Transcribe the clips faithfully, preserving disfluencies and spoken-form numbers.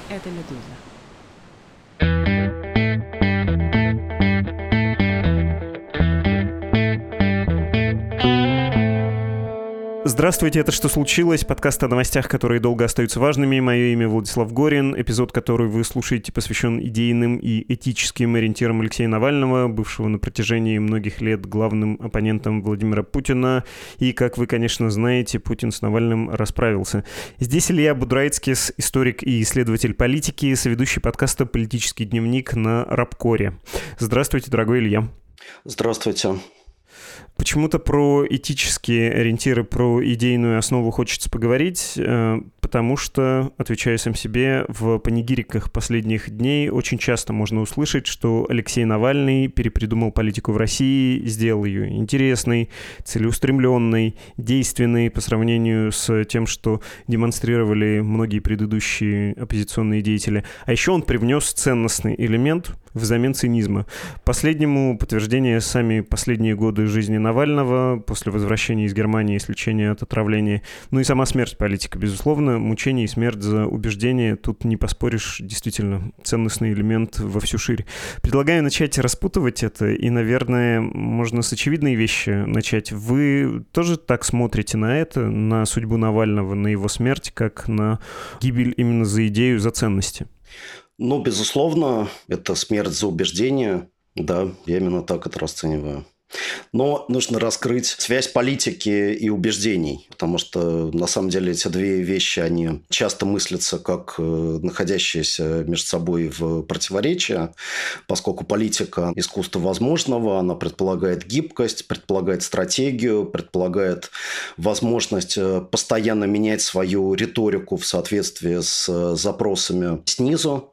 Это «Медуза». Здравствуйте, это «Что случилось?» Подкаст о новостях, которые долго остаются важными. Мое имя Владислав Горин. Эпизод, который вы слушаете, посвящен идейным и этическим ориентирам Алексея Навального, бывшего на протяжении многих лет главным оппонентом Владимира Путина. И, как вы, конечно, знаете, Путин с Навальным расправился. Здесь Илья Будрайцкис, историк и исследователь политики, соведущий подкаста «Политический дневник» на Рабкоре. Здравствуйте, дорогой Илья. Здравствуйте. Почему-то про этические ориентиры, про идейную основу хочется поговорить, потому что, отвечаю сам себе, в панигириках последних дней очень часто можно услышать, что Алексей Навальный перепридумал политику в России, сделал ее интересной, целеустремленной, действенной по сравнению с тем, что демонстрировали многие предыдущие оппозиционные деятели. А еще он привнес ценностный элемент взамен цинизма. Последнему подтверждение сами последние годы жизни Навального после возвращения из Германии с лечения от отравления. Ну и сама смерть политика, безусловно. Мучение и смерть за убеждение. Тут не поспоришь. Действительно, ценностный элемент во всю ширь. Предлагаю начать распутывать это. И, наверное, можно с очевидной вещи начать. Вы тоже так смотрите на это, на судьбу Навального, на его смерть, как на гибель именно за идею, за ценности? Ну, безусловно, это смерть за убеждение. Да, я именно так это расцениваю. Но нужно раскрыть связь политики и убеждений, потому что, на самом деле, эти две вещи, они часто мыслятся как находящиеся между собой в противоречии, поскольку политика – искусство возможного, она предполагает гибкость, предполагает стратегию, предполагает возможность постоянно менять свою риторику в соответствии с запросами снизу.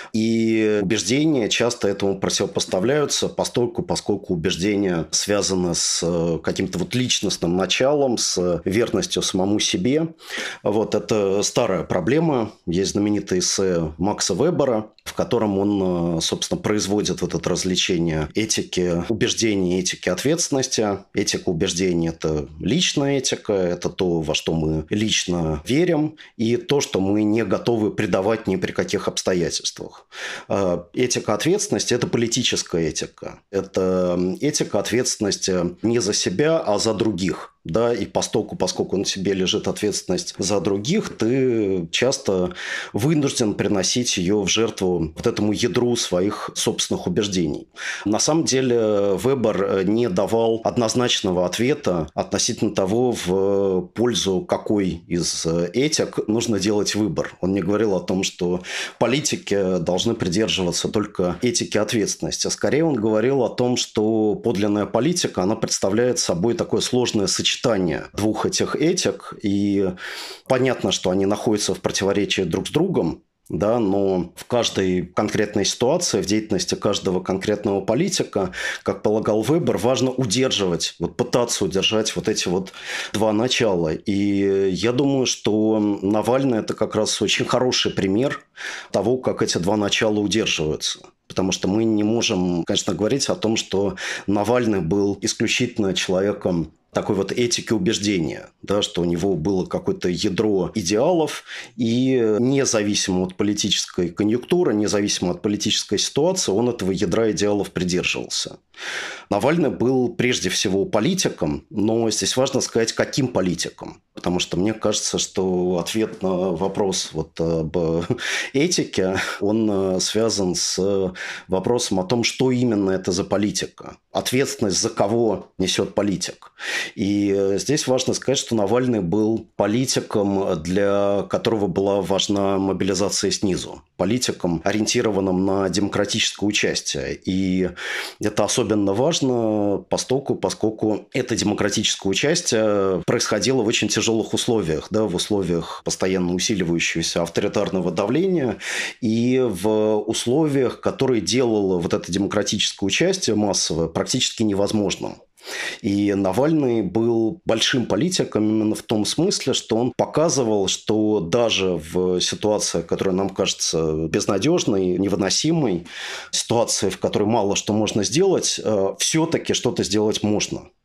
И убеждения часто этому противопоставляются, постольку, поскольку убеждения связано с каким-то вот личностным началом, с верностью самому себе. Вот это старая проблема. Есть знаменитое эссе Макса Вебера, в котором он, собственно, производит вот это развлечение этики убеждений, этики ответственности. Этика убеждений – это личная этика, это то, во что мы лично верим, и то, что мы не готовы предавать ни при каких обстоятельствах. Этика ответственности – это политическая этика. Это этика ответственности не за себя, а за других. Да, и поскольку, поскольку на тебе лежит ответственность за других, ты часто вынужден приносить ее в жертву вот этому ядру своих собственных убеждений. На самом деле Вебер не давал однозначного ответа относительно того, в пользу какой из этик нужно делать выбор. Он не говорил о том, что политики должны придерживаться только этики ответственности. А скорее он говорил о том, что подлинная политика, она представляет собой такое сложное сочетание двух этих этик, и понятно, что они находятся в противоречии друг с другом, да, но в каждой конкретной ситуации, в деятельности каждого конкретного политика, как полагал Вебер, важно удерживать, вот пытаться удержать вот эти вот два начала. И я думаю, что Навальный – это как раз очень хороший пример того, как эти два начала удерживаются. Потому что мы не можем, конечно, говорить о том, что Навальный был исключительно человеком такой вот этики убеждения, да, что у него было какое-то ядро идеалов, и независимо от политической конъюнктуры, независимо от политической ситуации, он этого ядра идеалов придерживался. Навальный был прежде всего политиком, но здесь важно сказать, каким политиком. Потому что мне кажется, что ответ на вопрос вот об этике, он связан с вопросом о том, что именно это за политика. Ответственность за кого несет политик. И здесь важно сказать, что Навальный был политиком, для которого была важна мобилизация снизу. Политиком, ориентированным на демократическое участие. И это особенно важно, поскольку, поскольку это демократическое участие происходило в очень тяжелых условиях, да, в условиях постоянно усиливающегося авторитарного давления и в условиях, которые делало вот это демократическое участие массовое практически невозможным. И Навальный был большим политиком именно в том смысле, что он показывал, что даже в ситуации, которая нам кажется безнадежной, невыносимой, ситуации, в которой мало что можно сделать, все-таки что-то сделать можно.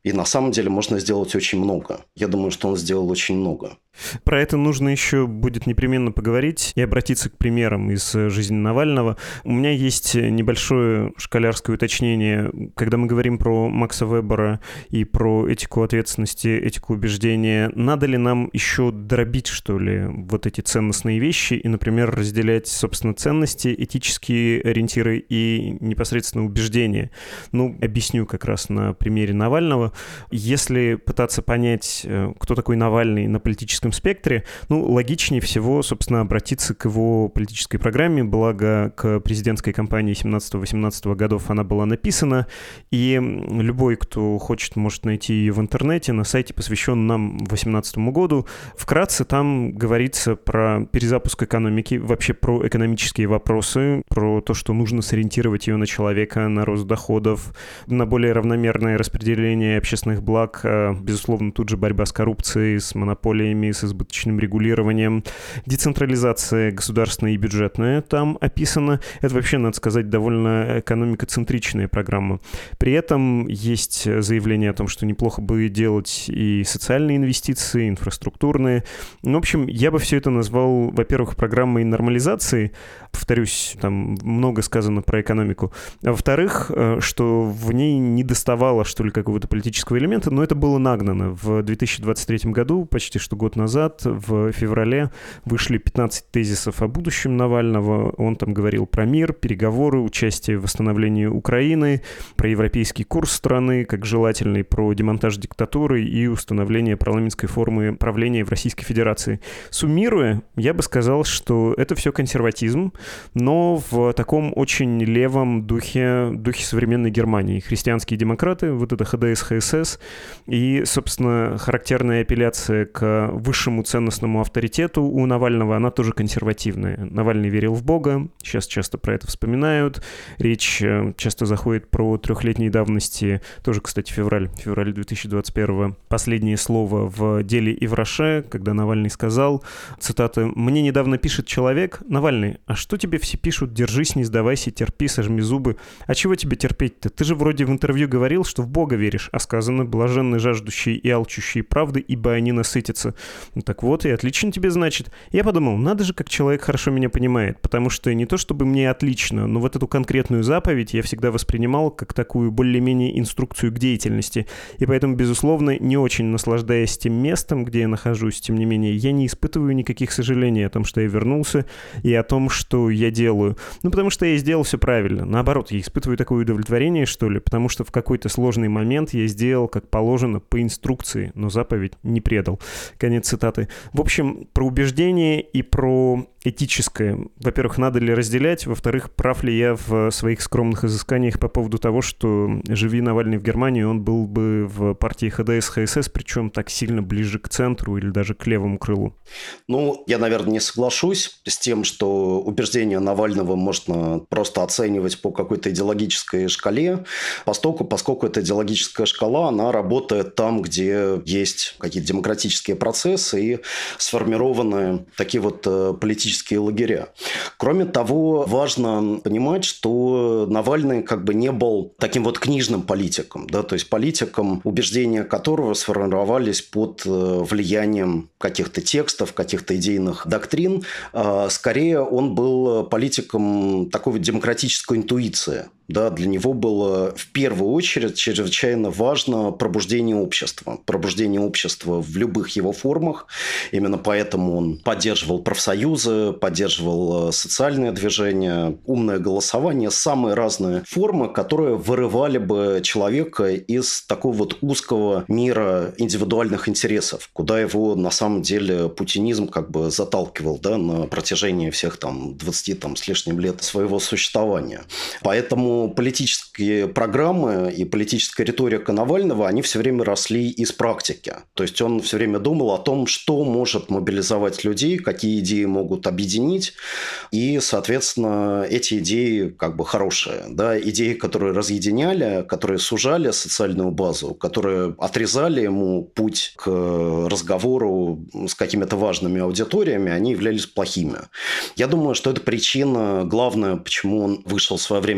И на самом деле можно сделать очень много. Я думаю, что он сделал очень много. Про это нужно еще будет непременно поговорить и обратиться к примерам из жизни Навального. У меня есть небольшое школярское уточнение. Когда мы говорим про Макса Вебера и про этику ответственности, этику убеждения, надо ли нам еще дробить, что ли, вот эти ценностные вещи и, например, разделять, собственно, ценности, этические ориентиры и непосредственно убеждения? Ну, объясню как раз на примере Навального. Если пытаться понять, кто такой Навальный на политическом спектре, ну, логичнее всего, собственно, обратиться к его политической программе, благо к президентской кампании семнадцатого-восемнадцатого годов она была написана, и любой, кто хочет, может найти ее в интернете, на сайте, посвященном нам восемнадцатому году. Вкратце там говорится про перезапуск экономики, вообще про экономические вопросы, про то, что нужно сориентировать ее на человека, на рост доходов, на более равномерное распределение общественных благ, безусловно, тут же борьба с коррупцией, с монополиями, с избыточным регулированием, децентрализация государственная и бюджетная там описана. Это вообще, надо сказать, довольно экономикоцентричная программа. При этом есть заявление о том, что неплохо бы делать и социальные инвестиции, инфраструктурные. Ну, в общем, я бы все это назвал, во-первых, программой нормализации. Повторюсь, там много сказано про экономику. А во-вторых, что в ней не доставало, что ли, какого-то политического элемента, но это было нагнано. В две тысячи двадцать третьем году, почти что год назад, в феврале, вышли пятнадцать тезисов о будущем Навального. Он там говорил про мир, переговоры, участие в восстановлении Украины, про европейский курс страны, как желательный, про демонтаж диктатуры и установление парламентской формы правления в Российской Федерации. Суммируя, я бы сказал, что это все консерватизм, но в таком очень левом духе, духе современной Германии. Христианские демократы, вот это ха дэ эс ха эс эс, и, собственно, характерная апелляция к высшему ценностному авторитету у Навального, она тоже консервативная. Навальный верил в Бога, сейчас часто про это вспоминают. Речь часто заходит про трехлетней давности, тоже, кстати, февраль, февраль две тысячи двадцать первого. Последнее слово в деле Ивраше, когда Навальный сказал, цитата, «Мне недавно пишет человек, Навальный, а что тебе все пишут, держись, не сдавайся, терпи, сожми зубы. А чего тебе терпеть-то? Ты же вроде в интервью говорил, что в Бога веришь, а сказано, блаженны жаждущие и алчущие правды, ибо они насытятся». Ну так вот, и отлично тебе, значит. Я подумал, надо же, как человек хорошо меня понимает, потому что не то чтобы мне отлично, но вот эту конкретную заповедь я всегда воспринимал как такую более-менее инструкцию к деятельности. И поэтому, безусловно, не очень наслаждаясь тем местом, где я нахожусь, тем не менее, я не испытываю никаких сожалений о том, что я вернулся, и о том, что я делаю. Ну, потому что я сделал все правильно. Наоборот, я испытываю такое удовлетворение, что ли, потому что в какой-то сложный момент я сделал, как положено, по инструкции, но заповедь не предал. Конец цитаты. В общем, про убеждение и про этическое. Во-первых, надо ли разделять? Во-вторых, прав ли я в своих скромных изысканиях по поводу того, что живи Навальный в Германии, он был бы в партии ха дэ эс ха эс эс, причем так сильно ближе к центру или даже к левому крылу? Ну, я, наверное, не соглашусь с тем, что убеждения Навального можно просто оценивать по какой-то идеологической шкале, поскольку, поскольку эта идеологическая шкала, она работает там, где есть какие-то демократические процессы и сформированы такие вот политические лагеря. Кроме того, важно понимать, что Навальный как бы не был таким вот книжным политиком, да, то есть политиком, убеждения которого сформировались под влиянием каких-то текстов, каких-то идейных доктрин. Скорее, он был политиком такой вот демократической интуиции. Да, для него было в первую очередь чрезвычайно важно пробуждение общества. Пробуждение общества в любых его формах. Именно поэтому он поддерживал профсоюзы, поддерживал социальное движение, умное голосование, самые разные формы, которые вырывали бы человека из такого вот узкого мира индивидуальных интересов, куда его на самом деле путинизм как бы заталкивал, да, на протяжении всех там двадцати там, с лишним лет своего существования. Поэтому политические программы и политическая риторика Навального, они все время росли из практики. То есть он все время думал о том, что может мобилизовать людей, какие идеи могут объединить. И, соответственно, эти идеи как бы хорошие. Да? Идеи, которые разъединяли, которые сужали социальную базу, которые отрезали ему путь к разговору с какими-то важными аудиториями, они являлись плохими. Я думаю, что это причина главная, почему он вышел в свое время из партии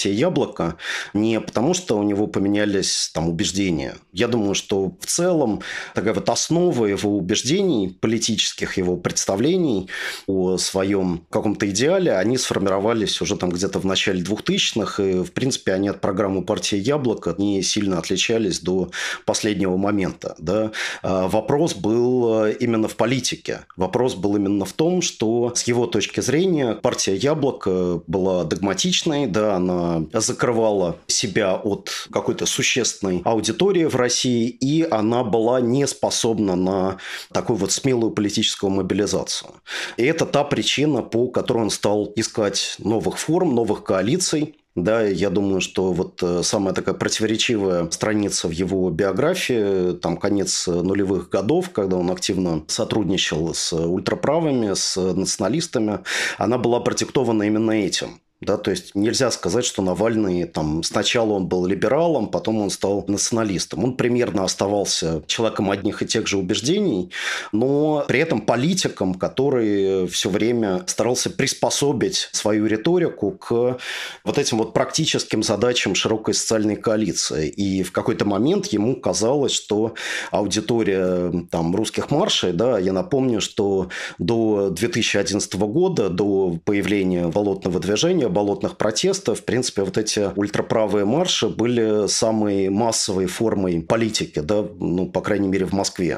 партия «Яблоко» не потому, что у него поменялись там убеждения. Я думаю, что в целом такая вот основа его убеждений, политических его представлений о своем каком-то идеале, они сформировались уже там где-то в начале двухтысячных, и, в принципе, они от программы партии «Яблоко» не сильно отличались до последнего момента. Да. Вопрос был именно в политике. Вопрос был именно в том, что с его точки зрения партия «Яблоко» была догматичной, да, она закрывала себя от какой-то существенной аудитории в России, и она была не способна на такую вот смелую политическую мобилизацию. И это та причина, по которой он стал искать новых форм, новых коалиций. Да, я думаю, что вот самая такая противоречивая страница в его биографии, там конец нулевых годов, когда он активно сотрудничал с ультраправыми, с националистами, она была продиктована именно этим. Да, то есть нельзя сказать, что Навальный там, сначала он был либералом, потом он стал националистом. Он примерно оставался человеком одних и тех же убеждений, но при этом политиком, который все время старался приспособить свою риторику к вот этим вот практическим задачам широкой социальной коалиции. И в какой-то момент ему казалось, что аудитория там, русских маршей, да, я напомню, что до две тысячи одиннадцатого года, до появления болотного движения, болотных протестов, в принципе, вот эти ультраправые марши были самой массовой формой политики, да, ну, по крайней мере, в Москве.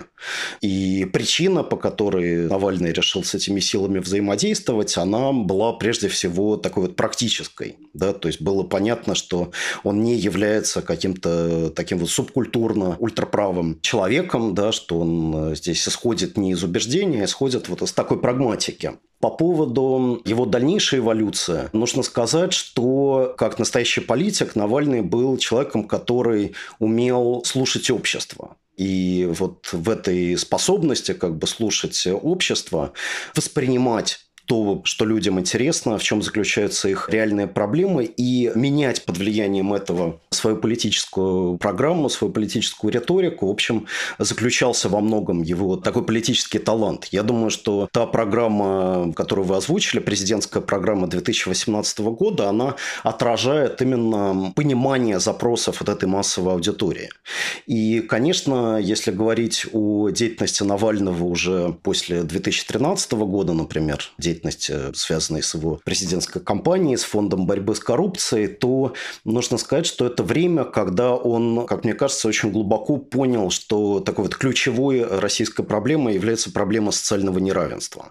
И причина, по которой Навальный решил с этими силами взаимодействовать, она была прежде всего такой вот практической, да, то есть было понятно, что он не является каким-то таким вот субкультурно ультраправым человеком, да, что он здесь исходит не из убеждения, а исходит вот из такой прагматики. По поводу его дальнейшей эволюции, нужно сказать, что как настоящий политик Навальный был человеком, который умел слушать общество. И вот в этой способности как бы слушать общество, воспринимать то, что людям интересно, в чем заключаются их реальные проблемы, и менять под влиянием этого свою политическую программу, свою политическую риторику, в общем, заключался во многом его такой политический талант. Я думаю, что та программа, которую вы озвучили, президентская программа две тысячи восемнадцатого года, она отражает именно понимание запросов вот этой массовой аудитории. И, конечно, если говорить о деятельности Навального уже после две тысячи тринадцатого года, например, деятельности, связанной с его президентской кампанией, с фондом борьбы с коррупцией, то нужно сказать, что это время, когда он, как мне кажется, очень глубоко понял, что такой вот ключевой российской проблемой является проблема социального неравенства.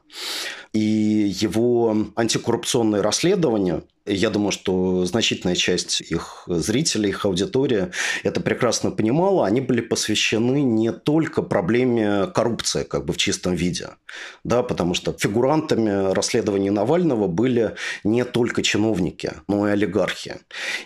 И его антикоррупционные расследования, я думаю, что значительная часть их зрителей, их аудитория это прекрасно понимала, они были посвящены не только проблеме коррупции, как бы в чистом виде, да, потому что фигурантами расследований Навального были не только чиновники, но и олигархи.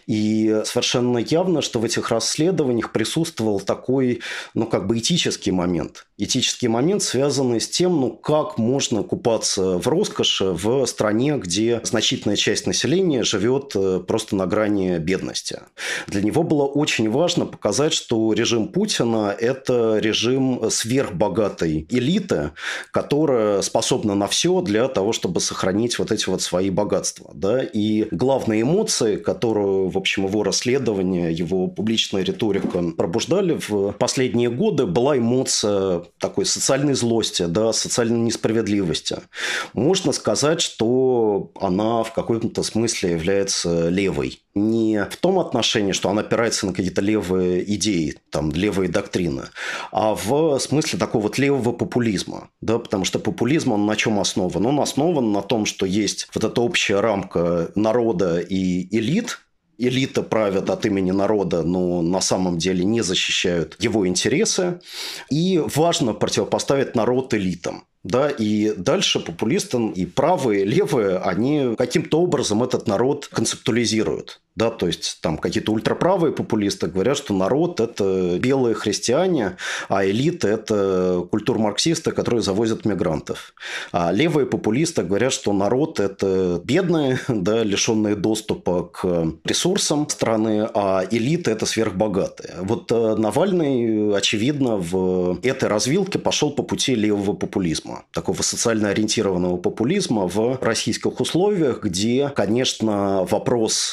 И совершенно явно, что в этих расследованиях присутствовал такой, ну, как бы этический момент. Этический момент, связанный с тем, ну, как можно купаться в роскоши в стране, где значительная часть населения живет просто на грани бедности. Для него было очень важно показать, что режим Путина – это режим сверхбогатой элиты, которая способна на все для того, чтобы сохранить вот эти вот свои богатства. Да? И главные эмоции, которую, в общем, его расследование, его публичная риторика пробуждали в последние годы, была эмоция такой социальной злости, да, социальной несправедливости. Можно сказать, что она в каком-то смысле является левой. Не в том отношении, что она опирается на какие-то левые идеи, там, левые доктрины, а в смысле такого вот левого популизма. Да? Потому что популизм, он на чем основан? Он основан на том, что есть вот эта общая рамка народа и элит. Элита правят от имени народа, но на самом деле не защищают его интересы. И важно противопоставить народ элитам. Да, и дальше популисты и правые, и левые, они каким-то образом этот народ концептуализируют. Да, то есть там какие-то ультраправые популисты говорят, что народ – это белые христиане, а элита – это культурмарксисты, которые завозят мигрантов. А левые популисты говорят, что народ – это бедные, да, лишенные доступа к ресурсам страны, а элита – это сверхбогатые. Вот Навальный, очевидно, в этой развилке пошел по пути левого популизма, такого социально ориентированного популизма в российских условиях, где, конечно, вопрос не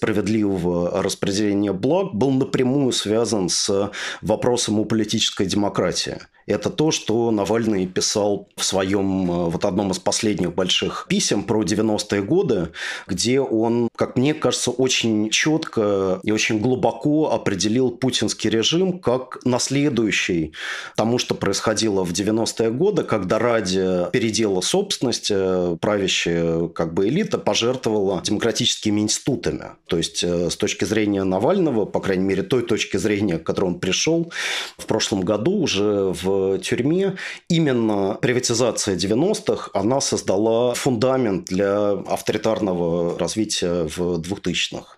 справедливого распределения благ был напрямую связан с вопросом о политической демократии. Это то, что Навальный писал в своем вот одном из последних больших писем про девяностые годы, где он, как мне кажется, очень четко и очень глубоко определил путинский режим как наследующий тому, что происходило в девяностые годы, когда ради передела собственности правящая как бы элита пожертвовала демократическими институтами. То есть, с точки зрения Навального, по крайней мере, той точки зрения, к которой он пришел в прошлом году уже в в тюрьме, именно приватизация девяностых, она создала фундамент для авторитарного развития в двухтысячных.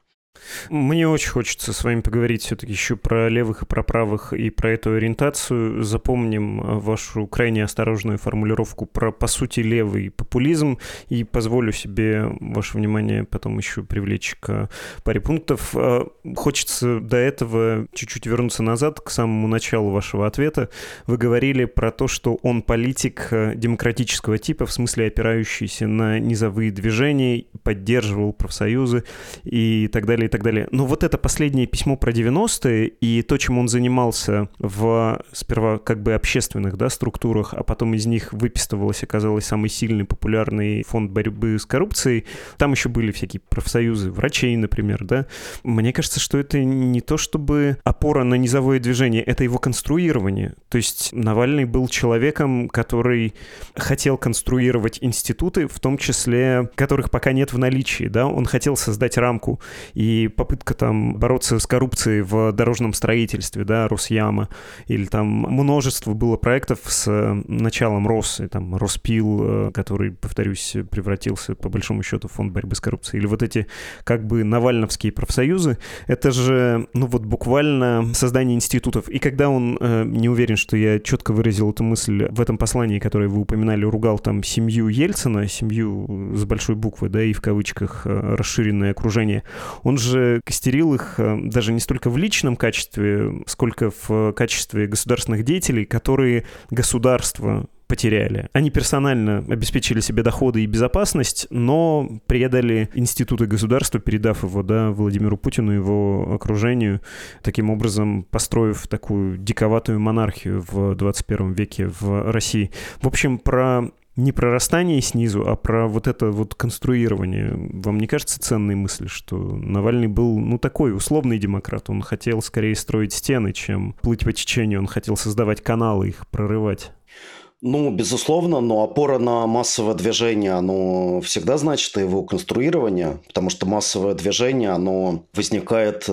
Мне очень хочется с вами поговорить все-таки еще про левых и про правых и про эту ориентацию. Запомним вашу крайне осторожную формулировку про, по сути, левый популизм и позволю себе ваше внимание потом еще привлечь к паре пунктов. Хочется до этого чуть-чуть вернуться назад, к самому началу вашего ответа. Вы говорили про то, что он политик демократического типа, в смысле опирающийся на низовые движения, поддерживал профсоюзы и так далее, и так далее. Но вот это последнее письмо про девяностые и то, чем он занимался в сперва как бы общественных, да, структурах, а потом из них выпистывалось, оказалось, самый сильный популярный фонд борьбы с коррупцией. Там еще были всякие профсоюзы, врачей, например, да. Мне кажется, что это не то чтобы опора на низовое движение, это его конструирование. То есть Навальный был человеком, который хотел конструировать институты, в том числе, которых пока нет в наличии, да. Он хотел создать рамку. И попытка там бороться с коррупцией в дорожном строительстве, да, Росяма, или там множество было проектов с началом Рос, и там Роспил, который, повторюсь, превратился по большому счету в фонд борьбы с коррупцией, или вот эти как бы навальновские профсоюзы, это же, ну вот буквально создание институтов. И когда он, не уверен, что я четко выразил эту мысль в этом послании, которое вы упоминали, ругал там семью Ельцина, семью с большой буквы, да, и в кавычках расширенное окружение, он же костерил их даже не столько в личном качестве, сколько в качестве государственных деятелей, которые государство потеряли. Они персонально обеспечили себе доходы и безопасность, но предали институты государства, передав его, да, Владимиру Путину и его окружению, таким образом построив такую диковатую монархию в двадцать первом веке в России. В общем, про не про растание снизу, а про вот это вот конструирование. Вам не кажется ценной мысль, что Навальный был, ну, такой условный демократ? Он хотел скорее строить стены, чем плыть по течению. Он хотел создавать каналы, их прорывать. Ну, безусловно, но опора на массовое движение, оно всегда значит его конструирование, потому что массовое движение, оно возникает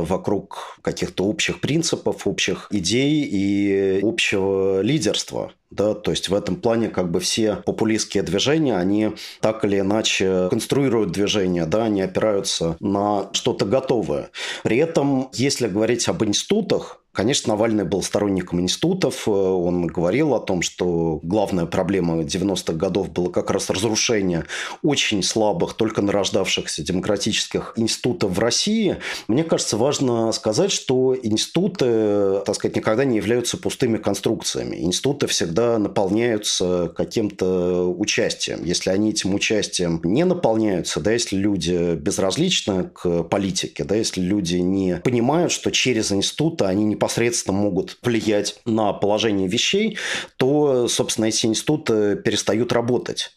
вокруг каких-то общих принципов, общих идей и общего лидерства. Да, то есть в этом плане как бы все популистские движения, они так или иначе конструируют движение, да, они опираются на что-то готовое. При этом, если говорить об институтах, конечно, Навальный был сторонником институтов. Он говорил о том, что главная проблема девяностых годов была как раз разрушение очень слабых, только нарождавшихся демократических институтов в России. Мне кажется, важно сказать, что институты, так сказать, никогда не являются пустыми конструкциями. Институты всегда наполняются каким-то участием. Если они этим участием не наполняются, да, если люди безразличны к политике, да, если люди не понимают, что через институты они не непосредственно могут влиять на положение вещей, то, собственно, эти институты перестают работать.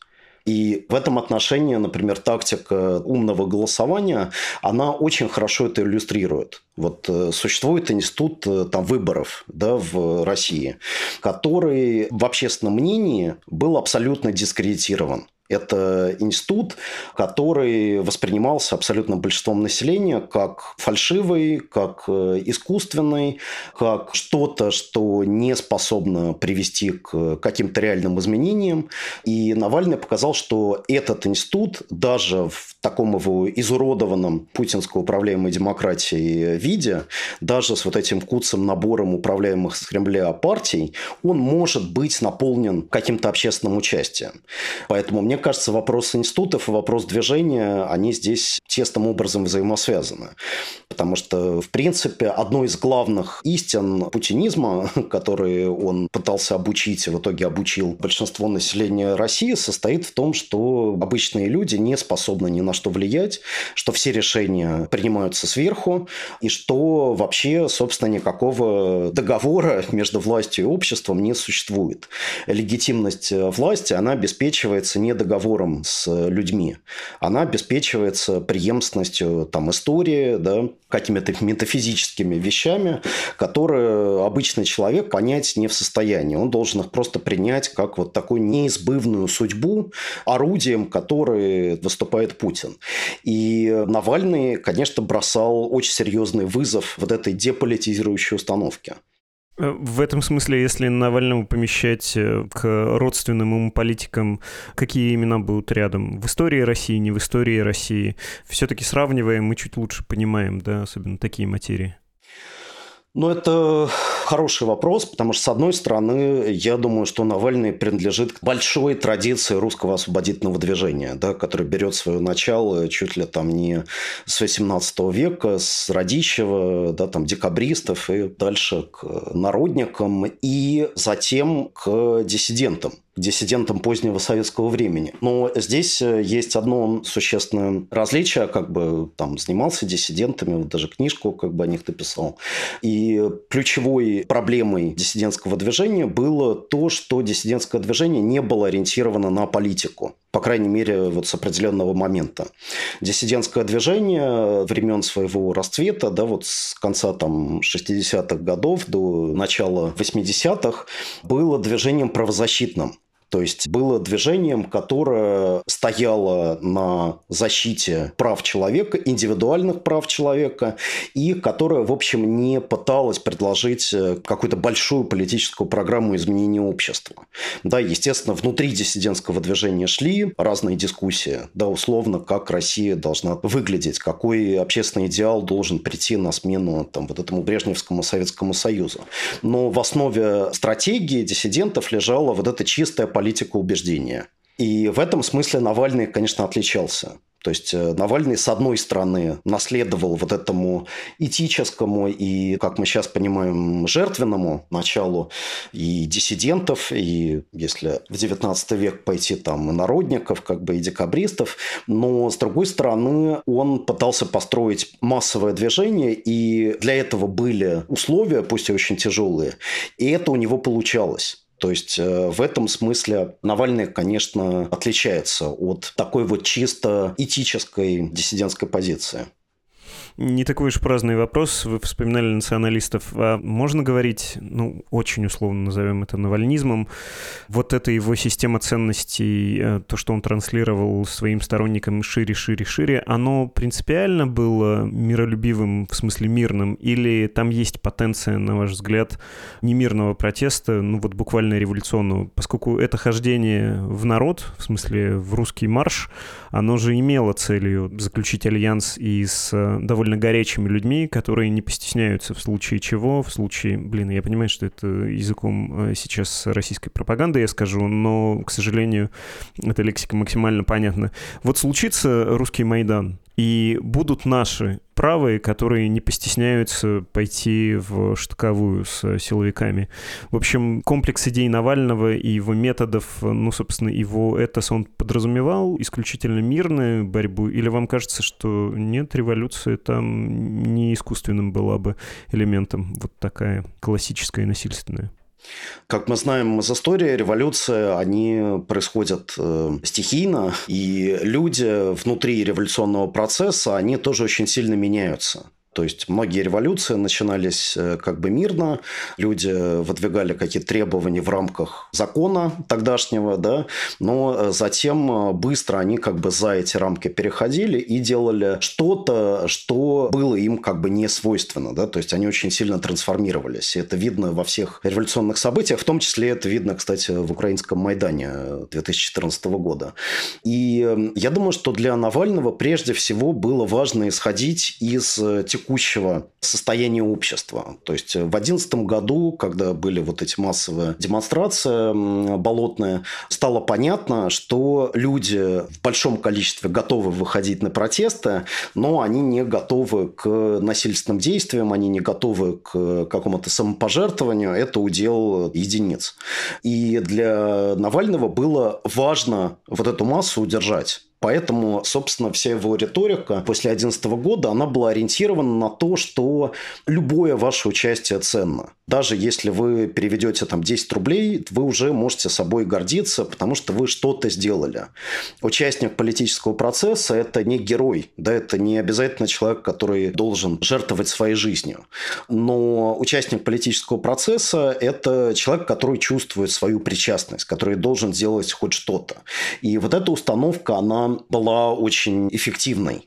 И в этом отношении, например, тактика умного голосования, она очень хорошо это иллюстрирует. Вот существует институт там, выборов, да, в России, который в общественном мнении был абсолютно дискредитирован. Это институт, который воспринимался абсолютным большинством населения как фальшивый, как искусственный, как что-то, что не способно привести к каким-то реальным изменениям. И Навальный показал, что этот институт даже в таком его изуродованном путинской управляемой демократией виде, даже с вот этим куцым набором управляемых с Кремля партий, он может быть наполнен каким-то общественным участием. Поэтому мне кажется, вопрос институтов и вопрос движения, они здесь тесным образом взаимосвязаны. Потому что, в принципе, одной из главных истин путинизма, которые он пытался обучить и в итоге обучил большинство населения России, состоит в том, что обычные люди не способны ни на что влиять, что все решения принимаются сверху, и что вообще, собственно, никакого договора между властью и обществом не существует. Легитимность власти, она обеспечивается не договором с людьми, она обеспечивается преемственностью там, истории, да, какими-то метафизическими вещами, которые обычный человек понять не в состоянии. Он должен их просто принять как вот такую неизбывную судьбу, орудием, которое выступает Путин. И Навальный, конечно, бросал очень серьезный вызов вот этой деполитизирующей установке. В этом смысле, если Навального помещать к родственным ему политикам, какие имена будут рядом? В истории России, не в истории России? Все-таки сравниваем, мы чуть лучше понимаем, да, особенно такие материи. Ну, это хороший вопрос, потому что, с одной стороны, я думаю, что Навальный принадлежит к большой традиции русского освободительного движения, да, который берет свое начало чуть ли там не с восемнадцатого века, с Радищева, да, там, декабристов и дальше к народникам, и затем к диссидентам. диссидентам позднего советского времени. Но здесь есть одно существенное различие, как бы там занимался диссидентами, вот даже книжку как бы о них написал. И ключевой проблемой диссидентского движения было то, что диссидентское движение не было ориентировано на политику. По крайней мере, вот с определенного момента. Диссидентское движение времен своего расцвета, да, вот с конца там, шестидесятых годов до начала восьмидесятых, было движением правозащитным. То есть было движением, которое стояло на защите прав человека, индивидуальных прав человека, и которое, в общем, не пыталось предложить какую-то большую политическую программу изменения общества. Да, естественно, внутри диссидентского движения шли разные дискуссии, да, условно, как Россия должна выглядеть, какой общественный идеал должен прийти на смену там, вот этому Брежневскому Советскому Союзу. Но в основе стратегии диссидентов лежала вот эта чистая политика убеждения. И в этом смысле Навальный, конечно, отличался. То есть Навальный, с одной стороны, наследовал вот этому этическому и, как мы сейчас понимаем, жертвенному началу и диссидентов, и, если в девятнадцатый век пойти, там, и народников, как бы, и декабристов. Но, с другой стороны, он пытался построить массовое движение, и для этого были условия, пусть и очень тяжелые, и это у него получалось. То есть в этом смысле Навальный, конечно, отличается от такой вот чисто этической диссидентской позиции. Не такой уж праздный вопрос. Вы вспоминали националистов. А можно говорить, ну, очень условно назовем это навальнизмом, вот эта его система ценностей, то, что он транслировал своим сторонникам шире, шире, шире, оно принципиально было миролюбивым, в смысле мирным, или там есть потенция, на ваш взгляд, немирного протеста, ну вот буквально революционного, поскольку это хождение в народ, в смысле в русский марш, оно же имело целью заключить альянс и с довольно горячими людьми, которые не постесняются в случае чего, в случае, блин, я понимаю, что это языком сейчас российской пропаганды я скажу, но, к сожалению, эта лексика максимально понятна. Вот случится русский Майдан, и будут наши правые, которые не постесняются пойти в штыковую с силовиками. В общем, комплекс идей Навального и его методов, ну, собственно, его этос, он подразумевал исключительно мирную борьбу? Или вам кажется, что нет, революция там не искусственным была бы элементом, вот такая классическая и насильственная? Как мы знаем из истории, революции, они происходят э, стихийно, и люди внутри революционного процесса, они тоже очень сильно меняются. То есть многие революции начинались как бы мирно, люди выдвигали какие-то требования в рамках закона тогдашнего, да, но затем быстро они как бы за эти рамки переходили и делали что-то, что было им как бы не свойственно, да, то есть они очень сильно трансформировались. И это видно во всех революционных событиях, в том числе это видно, кстати, в украинском Майдане две тысячи четырнадцатого года. И я думаю, что для Навального прежде всего было важно исходить из текущего текущего состояния общества. То есть в две тысячи одиннадцатом году, когда были вот эти массовые демонстрации болотные, стало понятно, что люди в большом количестве готовы выходить на протесты, но они не готовы к насильственным действиям, они не готовы к какому-то самопожертвованию. Это удел единиц. И для Навального было важно вот эту массу удержать. Поэтому, собственно, вся его риторика после две тысячи одиннадцатого года, она была ориентирована на то, что любое ваше участие ценно. Даже если вы переведете там десять рублей, вы уже можете собой гордиться, потому что вы что-то сделали. Участник политического процесса – это не герой, да, это не обязательно человек, который должен жертвовать своей жизнью. Но участник политического процесса – это человек, который чувствует свою причастность, который должен делать хоть что-то. И вот эта установка, она была очень эффективной.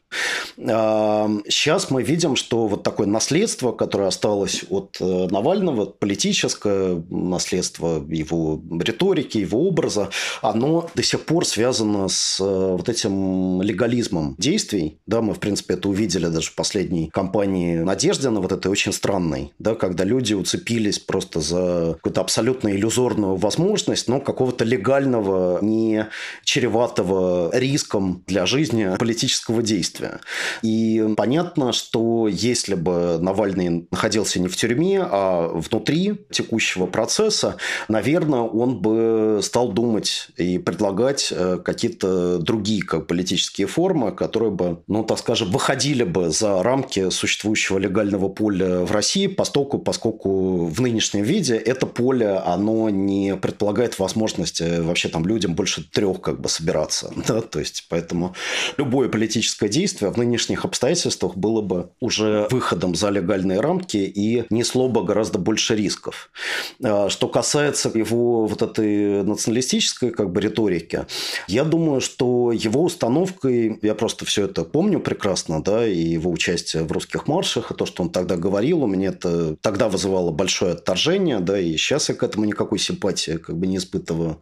Сейчас мы видим, что вот такое наследство, которое осталось от Навального, политическое наследство его риторики, его образа, оно до сих пор связано с вот этим легализмом действий. Да, мы, в принципе, это увидели даже в последней кампании Надеждина, вот этой очень странной, да, когда люди уцепились просто за какую-то абсолютно иллюзорную возможность, но какого-то легального, не чреватого риском для жизни политического действия. И понятно, что если бы Навальный находился не в тюрьме, а внутри текущего процесса, наверное, он бы стал думать и предлагать какие-то другие как политические формы, которые бы, ну, так скажем, выходили бы за рамки существующего легального поля в России, поскольку, поскольку в нынешнем виде это поле, оно не предполагает возможности вообще там людям больше трех как бы собираться. Да? То есть, поэтому любое политическое действие в нынешних обстоятельствах было бы уже выходом за легальные рамки и несло бы гораздо больше рисков. Что касается его вот этой националистической как бы риторики, я думаю, что его установкой, я просто все это помню прекрасно, да, и его участие в русских маршах, и то, что он тогда говорил, у меня это тогда вызывало большое отторжение, да, и сейчас я к этому никакой симпатии как бы не испытываю.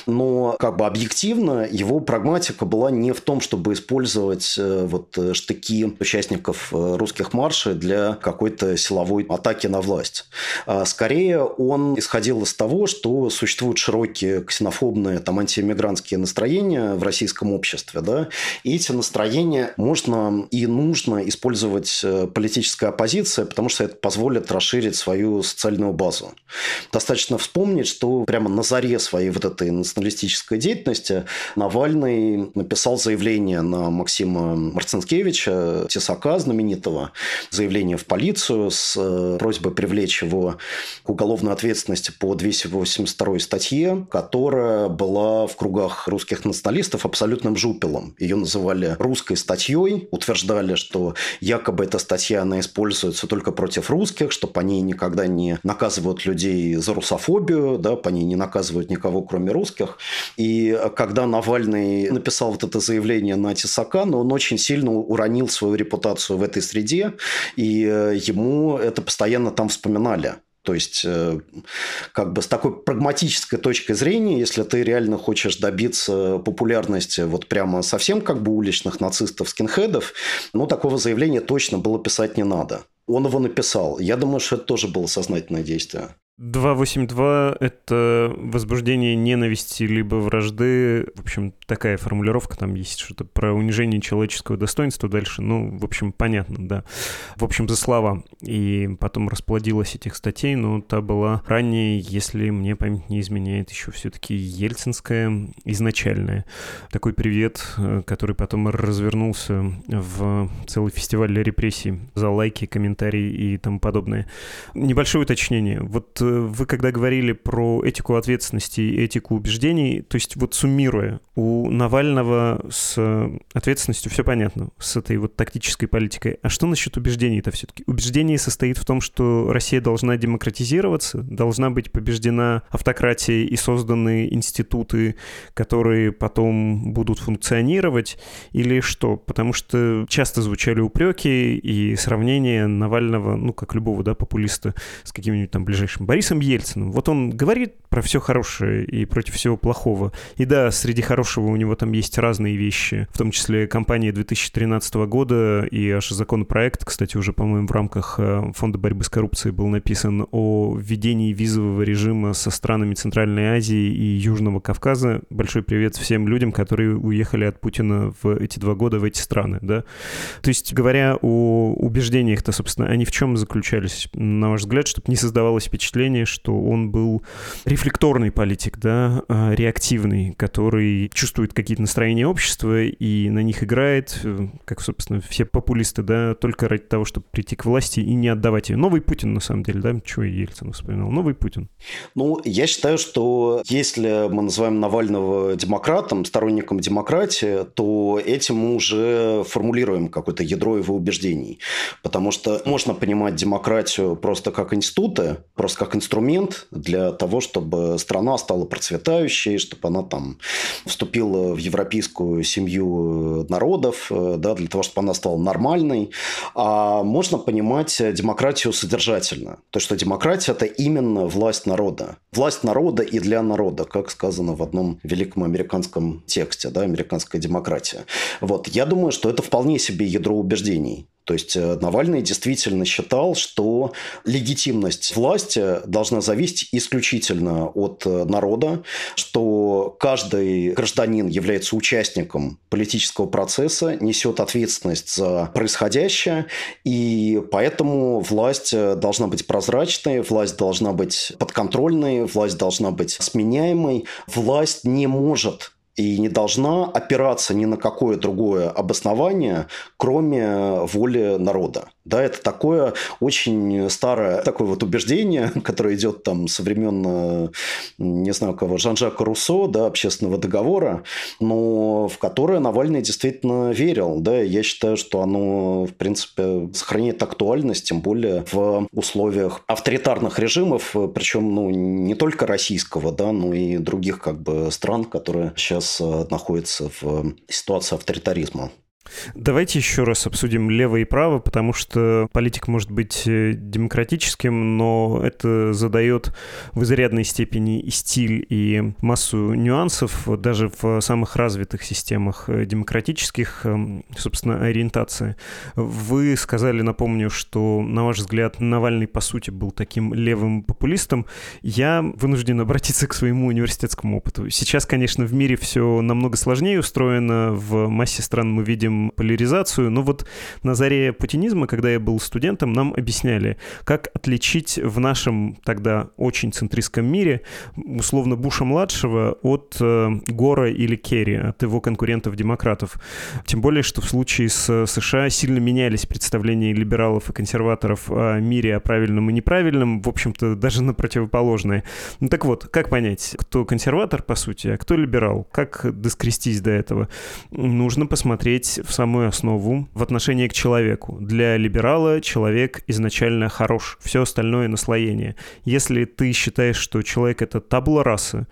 Но как бы объективно его прагматика была не в том, чтобы использовать вот штыки участников русских маршей для какой-то силовой атаки на власть. Скорее, он исходил из того, что существуют широкие ксенофобные, там, антиэмигрантские настроения в российском обществе, да, и эти настроения можно и нужно использовать политическая оппозиция, потому что это позволит расширить свою социальную базу. Достаточно вспомнить, что прямо на заре своей вот этой националистической деятельности Навальный написал заявление на Максима Марцинкевича, тесака знаменитого, заявление в полицию с просьбой привлечь его к уголовной ответственности по двести восемьдесят второй статье, которая была в кругах русских националистов абсолютным жупелом. Ее называли русской статьей, утверждали, что якобы эта статья, она используется только против русских, что по ней никогда не наказывают людей за русофобию, да, по ней не наказывают никого, кроме русских. И когда Навальный написал вот это заявление на тесака, но он очень сильно уронил свою репутацию в этой среде, и ему это постоянно там вспоминали. То есть, как бы с такой прагматической точки зрения, если ты реально хочешь добиться популярности вот прямо совсем как бы уличных нацистов, скинхедов, ну, такого заявления точно было писать не надо. Он его написал. Я думаю, что это тоже было сознательное действие. двести восемьдесят два — это возбуждение ненависти либо вражды. В общем, такая формулировка, там есть что-то про унижение человеческого достоинства дальше. Ну, в общем, понятно, да. В общем, за слова. И потом расплодилась этих статей, но та была ранее, если мне память не изменяет, еще все-таки ельцинская, изначальная. Такой привет, который потом развернулся в целый фестиваль репрессий за лайки, комментарии и тому подобное. Небольшое уточнение. Вот вы когда говорили про этику ответственности и этику убеждений, то есть вот суммируя, у Навального с ответственностью все понятно, с этой вот тактической политикой. А что насчет убеждений-то все-таки? Убеждение состоит в том, что Россия должна демократизироваться, должна быть побеждена автократия и созданы институты, которые потом будут функционировать, или что? Потому что часто звучали упреки и сравнения Навального, ну, как любого, да, популиста с каким-нибудь там ближайшим Борисом Ельциным. Вот он говорит про все хорошее и против всего плохого. И да, среди хорошего у него там есть разные вещи, в том числе кампания две тысячи тринадцатого года и аж законопроект, кстати, уже, по-моему, в рамках Фонда борьбы с коррупцией был написан о введении визового режима со странами Центральной Азии и Южного Кавказа. Большой привет всем людям, которые уехали от Путина в эти два года в эти страны, да. То есть, говоря о убеждениях-то, собственно, они в чем заключались, на ваш взгляд, чтобы не создавалось впечатление, что он был рефлекторный политик, да, реактивный, который чувствует какие-то настроения общества и на них играет, как, собственно, все популисты, да, только ради того, чтобы прийти к власти и не отдавать ее. Новый Путин, на самом деле, да, чего я Ельцин вспоминал? Новый Путин. Ну, я считаю, что если мы называем Навального демократом, сторонником демократии, то этим мы уже формулируем какое-то ядро его убеждений. Потому что можно понимать демократию просто как институты, просто как инструмент для того, чтобы страна стала процветающей, чтобы она там вступила в европейскую семью народов, да, для того, чтобы она стала нормальной. А можно понимать демократию содержательно. То, что демократия – это именно власть народа. Власть народа и для народа, как сказано в одном великом американском тексте, да, «Американская демократия». Вот. Я думаю, что это вполне себе ядро убеждений. То есть Навальный действительно считал, что легитимность власти должна зависеть исключительно от народа, что каждый гражданин является участником политического процесса, несет ответственность за происходящее, и поэтому власть должна быть прозрачной, власть должна быть подконтрольной, власть должна быть сменяемой, власть не может и не должна опираться ни на какое другое обоснование, кроме воли народа. Да, это такое очень старое такое вот убеждение, которое идет там со времен, не знаю кого, Жан-Жака Руссо, да, общественного договора, но в которое Навальный действительно верил. Да, я считаю, что оно, в принципе, сохраняет актуальность, тем более в условиях авторитарных режимов, причем ну, не только российского, да, но и других как бы стран, которые сейчас находятся в ситуации авторитаризма. Давайте еще раз обсудим лево и право, потому что политик может быть демократическим, но это задает в изрядной степени и стиль, и массу нюансов даже в самых развитых системах демократических, собственно, ориентации. Вы сказали, напомню, что, на ваш взгляд, Навальный, по сути, был таким левым популистом. Я вынужден обратиться к своему университетскому опыту. Сейчас, конечно, в мире все намного сложнее устроено. В массе стран мы видим поляризацию, но вот на заре путинизма, когда я был студентом, нам объясняли, как отличить в нашем тогда очень центристском мире условно Буша-младшего от э, Гора или Керри, от его конкурентов-демократов. Тем более, что в случае с США сильно менялись представления либералов и консерваторов о мире, о правильном и неправильном, в общем-то, даже на противоположное. Ну так вот, как понять, кто консерватор, по сути, а кто либерал? Как доскрестись до этого? Нужно посмотреть в самую основу в отношении к человеку. Для либерала человек изначально хорош, все остальное наслоение. Если ты считаешь, что человек — это табула раса,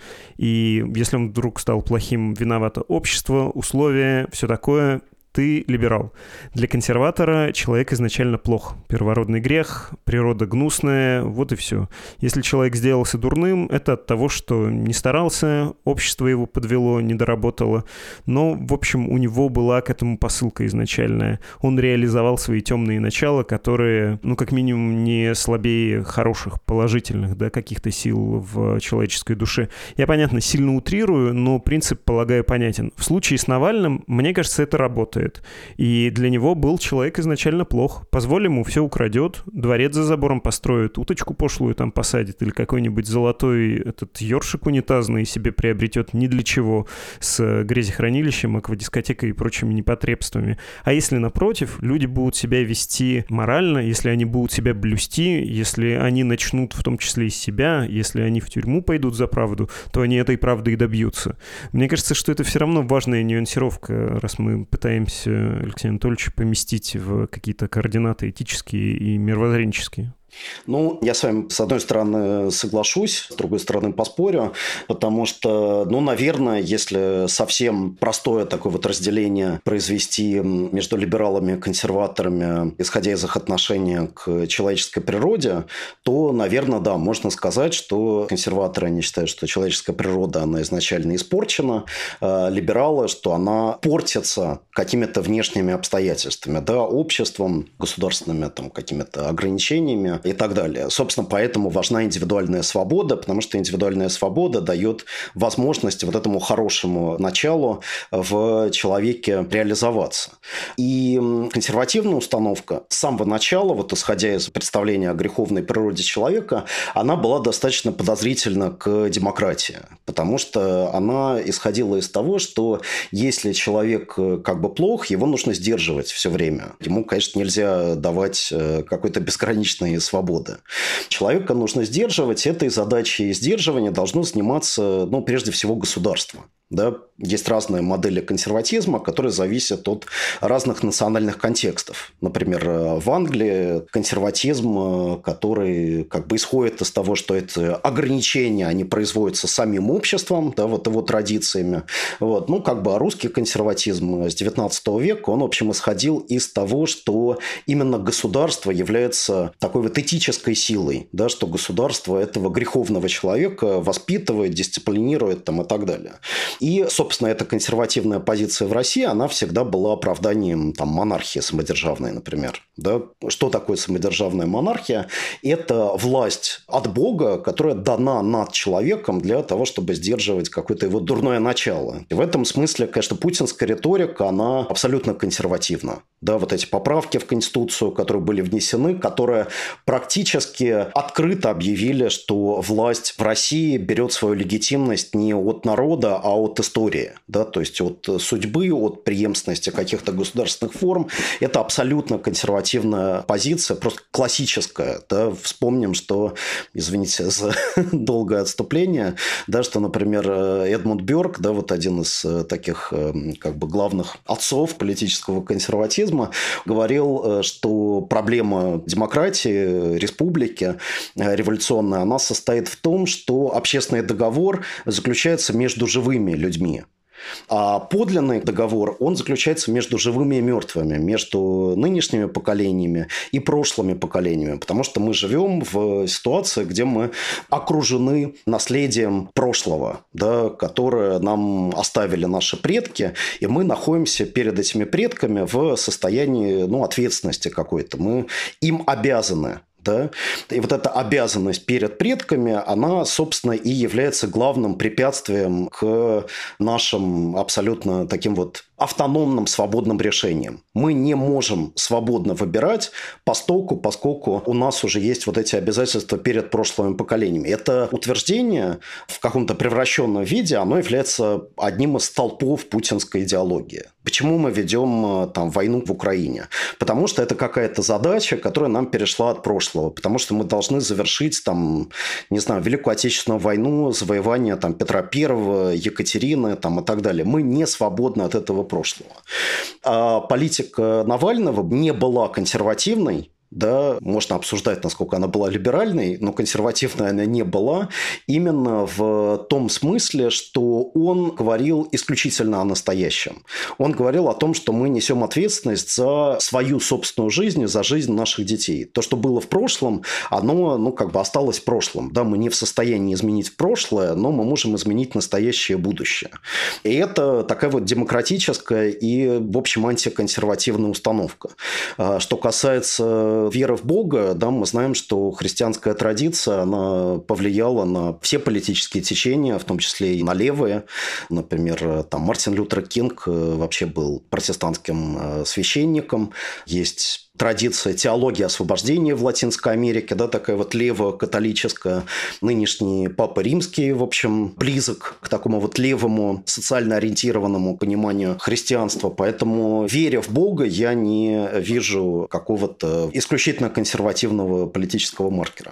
и если он вдруг стал плохим, виновато общество, условия, все такое, ты либерал. Для консерватора человек изначально плох. Первородный грех, природа гнусная, вот и все. Если человек сделался дурным, это от того, что не старался, общество его подвело, не доработало. Но, в общем, у него была к этому посылка изначальная. Он реализовал свои темные начала, которые, ну, как минимум, не слабее хороших, положительных, да, каких-то сил в человеческой душе. Я, понятно, сильно утрирую, но принцип, полагаю, понятен. В случае с Навальным, мне кажется, это работает. И для него был человек изначально плох. Позволь ему, все украдет, дворец за забором построит, уточку пошлую там посадит или какой-нибудь золотой этот ёршик унитазный себе приобретет ни для чего с грязехранилищем, аквадискотекой и прочими непотребствами. А если, напротив, люди будут себя вести морально, если они будут себя блюсти, если они начнут в том числе из себя, если они в тюрьму пойдут за правду, то они этой правды и добьются. Мне кажется, что это все равно важная нюансировка, раз мы пытаемся Алексея Анатольевича поместить в какие-то координаты этические и мировоззренческие. Ну, я с вами, с одной стороны, соглашусь, с другой стороны, поспорю, потому что, ну, наверное, если совсем простое такое вот разделение произвести между либералами и консерваторами, исходя из их отношения к человеческой природе, то, наверное, да, можно сказать, что консерваторы, они считают, что человеческая природа, она изначально испорчена, а либералы, что она портится какими-то внешними обстоятельствами, да, обществом, государственными там какими-то ограничениями и так далее. Собственно, поэтому важна индивидуальная свобода, потому что индивидуальная свобода дает возможность вот этому хорошему началу в человеке реализоваться. И консервативная установка с самого начала, вот исходя из представления о греховной природе человека, она была достаточно подозрительна к демократии, потому что она исходила из того, что если человек как бы плох, его нужно сдерживать все время. Ему, конечно, нельзя давать какой-то бесконечной свободы. Человека нужно сдерживать. Этой задачей сдерживания должно заниматься, ну, прежде всего, государство. Да? Есть разные модели консерватизма, которые зависят от разных национальных контекстов. Например, в Англии консерватизм, который как бы исходит из того, что это ограничения, они производятся самим обществом, да, вот его традициями. Вот. Ну, как бы а русский консерватизм с девятнадцатого века, он, в общем, исходил из того, что именно государство является такой вот этической силой, да, что государство этого греховного человека воспитывает, дисциплинирует там, и так далее. И, собственно, эта консервативная позиция в России, она всегда была оправданием там, монархии самодержавной, например. Да? Что такое самодержавная монархия? Это власть от Бога, которая дана над человеком для того, чтобы сдерживать какое-то его дурное начало. И в этом смысле, конечно, путинская риторика, она абсолютно консервативна. Да, вот эти поправки в Конституцию, которые были внесены, которые практически открыто объявили, что власть в России берет свою легитимность не от народа, а от истории. Да, то есть от судьбы, от преемственности каких-то государственных форм. Это абсолютно консервативная позиция, просто классическая. Да. Вспомним, что, извините за долгое отступление, да, что, например, Эдмунд Бёрк, да, вот один из таких как бы главных отцов политического консерватизма, говорил, что проблема демократии, республики революционной, она состоит в том, что общественный договор заключается между живыми людьми. А подлинный договор, он заключается между живыми и мертвыми, между нынешними поколениями и прошлыми поколениями. Потому что мы живем в ситуации, где мы окружены наследием прошлого, да, которое нам оставили наши предки, и мы находимся перед этими предками в состоянии, ну, ответственности какой-то. Мы им обязаны. Да? И вот эта обязанность перед предками, она, собственно, и является главным препятствием к нашим абсолютно таким вот автономным, свободным решениям. Мы не можем свободно выбирать постоку, поскольку у нас уже есть вот эти обязательства перед прошлыми поколениями. Это утверждение в каком-то превращенном виде, оно является одним из столпов путинской идеологии. Почему мы ведем там войну в Украине? Потому что это какая-то задача, которая нам перешла от прошлого. Потому что мы должны завершить там, не знаю, Великую Отечественную войну, завоевание там Петра Первого, Екатерины там, и так далее. Мы не свободны от этого прошлого. А политика Навального не была консервативной. Да, можно обсуждать, насколько она была либеральной, но консервативной она не была. Именно в том смысле, что он говорил исключительно о настоящем. Он говорил о том, что мы несем ответственность за свою собственную жизнь, за жизнь наших детей. То, что было в прошлом, оно, ну, как бы осталось в прошлом. Да, мы не в состоянии изменить прошлое, но мы можем изменить настоящее будущее. И это такая вот демократическая и, в общем, антиконсервативная установка. Что касается веры в Бога, да, мы знаем, что христианская традиция, она повлияла на все политические течения, в том числе и на левые. Например, там Мартин Лютер Кинг вообще был протестантским священником. Есть традиция теологии освобождения в Латинской Америке, да, такая вот лево-католическая. Нынешний Папа Римский, в общем, близок к такому вот левому, социально ориентированному пониманию христианства. Поэтому, веря в Бога, я не вижу какого-то исключительно консервативного политического маркера.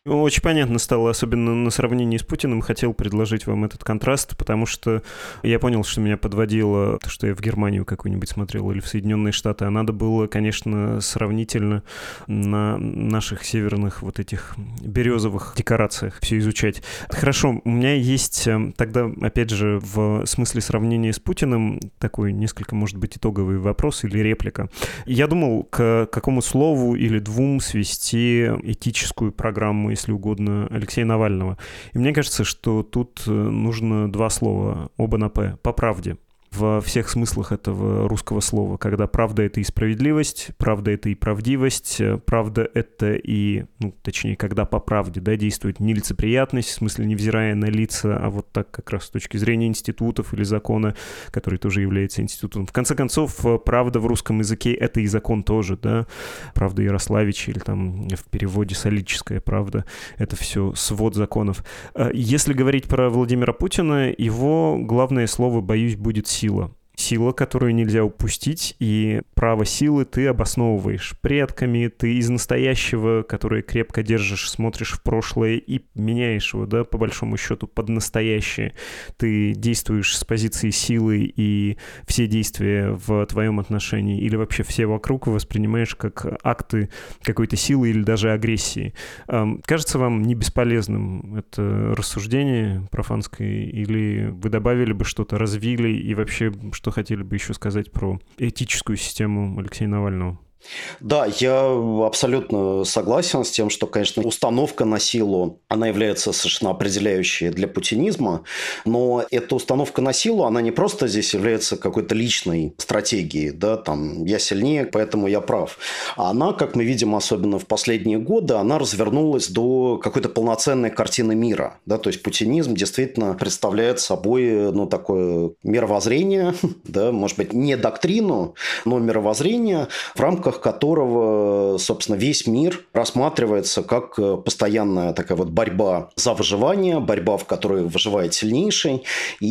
Очень понятно стало, особенно на сравнении с Путиным. Хотел предложить вам этот контраст, потому что я понял, что меня подводило то, что я в Германию какую-нибудь смотрел или в Соединенные Штаты, а надо было, конечно, сравнительно на наших северных вот этих березовых декорациях все изучать. Хорошо, у меня есть тогда, опять же, в смысле сравнения с Путиным такой несколько, может быть, итоговый вопрос или реплика. Я думал, к какому слову или двум свести этическую программу, если угодно, Алексея Навального. И мне кажется, что тут нужно два слова, оба на «п», по правде. Во всех смыслах этого русского слова, когда правда — это и справедливость, правда — это и правдивость, правда — это и, ну, точнее, когда по правде, да, действует нелицеприятность, в смысле, невзирая на лица, а вот так как раз с точки зрения институтов или закона, который тоже является институтом. В конце концов, правда в русском языке — это и закон тоже, да, правда Ярославича или там в переводе солическая правда — это все свод законов. Если говорить про Владимира Путина, его главное слово, боюсь, будет «сила». Сила. Сила, которую нельзя упустить, и право силы ты обосновываешь предками, ты из настоящего, которое крепко держишь, смотришь в прошлое и меняешь его, да, по большому счету, под настоящее. Ты действуешь с позиции силы, и все действия в твоем отношении или вообще все вокруг воспринимаешь как акты какой-то силы или даже агрессии. Кажется вам не бесполезным это рассуждение профанское, или вы добавили бы что-то, развили, и вообще что хотели бы еще сказать про этическую систему Алексея Навального? Да, я абсолютно согласен с тем, что, конечно, установка на силу, она является совершенно определяющей для путинизма, но эта установка на силу, она не просто здесь является какой-то личной стратегией, да, там, я сильнее, поэтому я прав. А она, как мы видим, особенно в последние годы, она развернулась до какой-то полноценной картины мира, да, то есть путинизм действительно представляет собой, ну, такое мировоззрение, да, может быть, не доктрину, но мировоззрение, в рамках которого, собственно, весь мир рассматривается как постоянная такая вот борьба за выживание, борьба, в которой выживает сильнейший,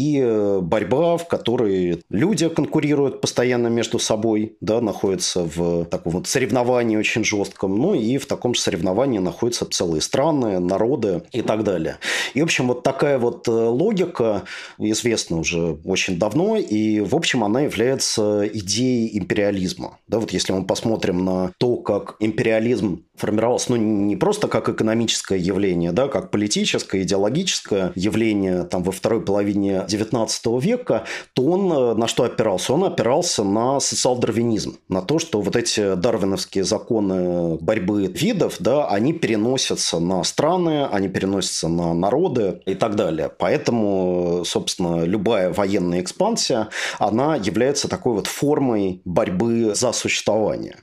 и борьба, в которой люди конкурируют постоянно между собой, да, находятся в таком вот соревновании очень жестком, ну и в таком же соревновании находятся целые страны, народы и так далее. И, в общем, вот такая вот логика известна уже очень давно, и, в общем, она является идеей империализма. Да, вот если мы посмотрим смотрим на то, как империализм формировался, ну, не просто как экономическое явление, да, как политическое, идеологическое явление там, во второй половине девятнадцатого века, то он на что опирался? Он опирался на социал-дарвинизм, на то, что вот эти дарвиновские законы борьбы видов, да, они переносятся на страны, они переносятся на народы и так далее. Поэтому, собственно, любая военная экспансия, она является такой вот формой борьбы за существование.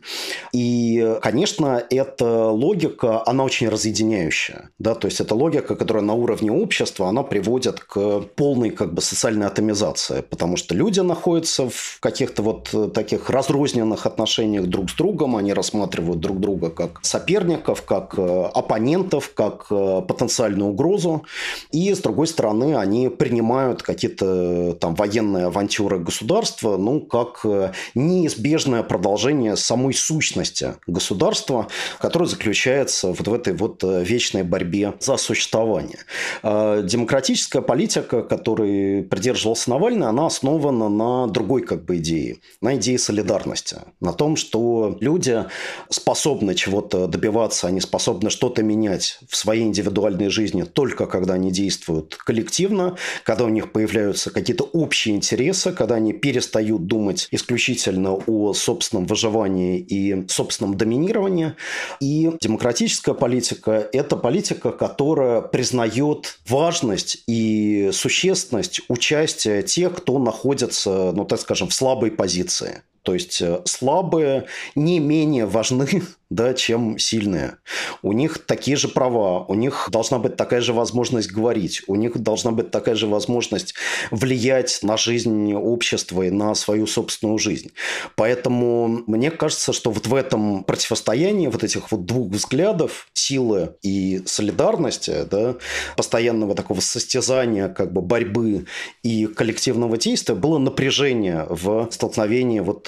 И, конечно, эта логика, она очень разъединяющая. Да? То есть, это логика, которая на уровне общества, она приводит к полной как бы, социальной атомизации. Потому что люди находятся в каких-то вот таких разрозненных отношениях друг с другом. Они рассматривают друг друга как соперников, как оппонентов, как потенциальную угрозу. И, с другой стороны, они принимают какие-то там военные авантюры государства, ну, как неизбежное продолжение самой сущности государства, которое заключается вот в этой вот вечной борьбе за существование. Демократическая политика, которой придерживался Навальный, она основана на другой как бы идее, на идее солидарности, на том, что люди способны чего-то добиваться, они способны что-то менять в своей индивидуальной жизни только когда они действуют коллективно, когда у них появляются какие-то общие интересы, когда они перестают думать исключительно о собственном выживании и собственном доминировании. И демократическая политика – это политика, которая признает важность и существенность участия тех, кто находится, ну, так скажем, в слабой позиции. То есть, слабые не менее важны, да, чем сильные. У них такие же права, у них должна быть такая же возможность говорить, у них должна быть такая же возможность влиять на жизнь общества и на свою собственную жизнь. Поэтому мне кажется, что вот в этом противостоянии вот этих вот двух взглядов, силы и солидарности, да, постоянного такого состязания, как бы борьбы и коллективного действия, было напряжение в столкновении вот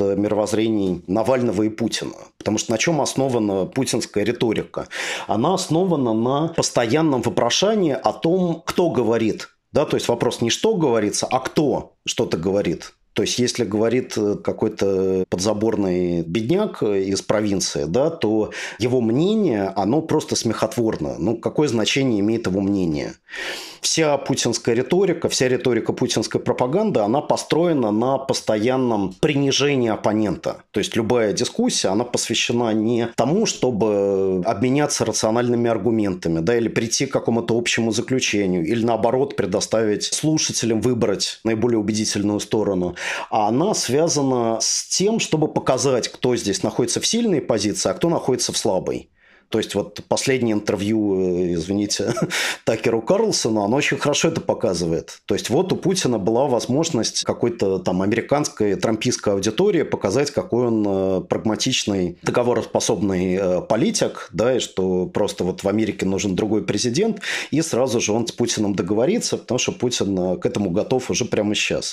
мировоззрений Навального и Путина. Потому что на чем основана путинская риторика? Она основана на постоянном вопрошании о том, кто говорит. Да, то есть вопрос не что говорится, а кто что-то говорит. То есть, если говорит какой-то подзаборный бедняк из провинции, да, то его мнение, оно просто смехотворно. Ну, какое значение имеет его мнение? Вся путинская риторика, вся риторика путинской пропаганды, она построена на постоянном принижении оппонента. То есть, любая дискуссия, она посвящена не тому, чтобы обменяться рациональными аргументами, да, или прийти к какому-то общему заключению, или наоборот предоставить слушателям выбрать наиболее убедительную сторону. А она связана с тем, чтобы показать, кто здесь находится в сильной позиции, а кто находится в слабой. То есть, вот последнее интервью, извините, Такеру Карлсону, оно очень хорошо это показывает. То есть, вот у Путина была возможность какой-то там американской трампистской аудитории показать, какой он прагматичный, договороспособный политик, да, и что просто вот в Америке нужен другой президент, и сразу же он с Путиным договорится, потому что Путин к этому готов уже прямо сейчас.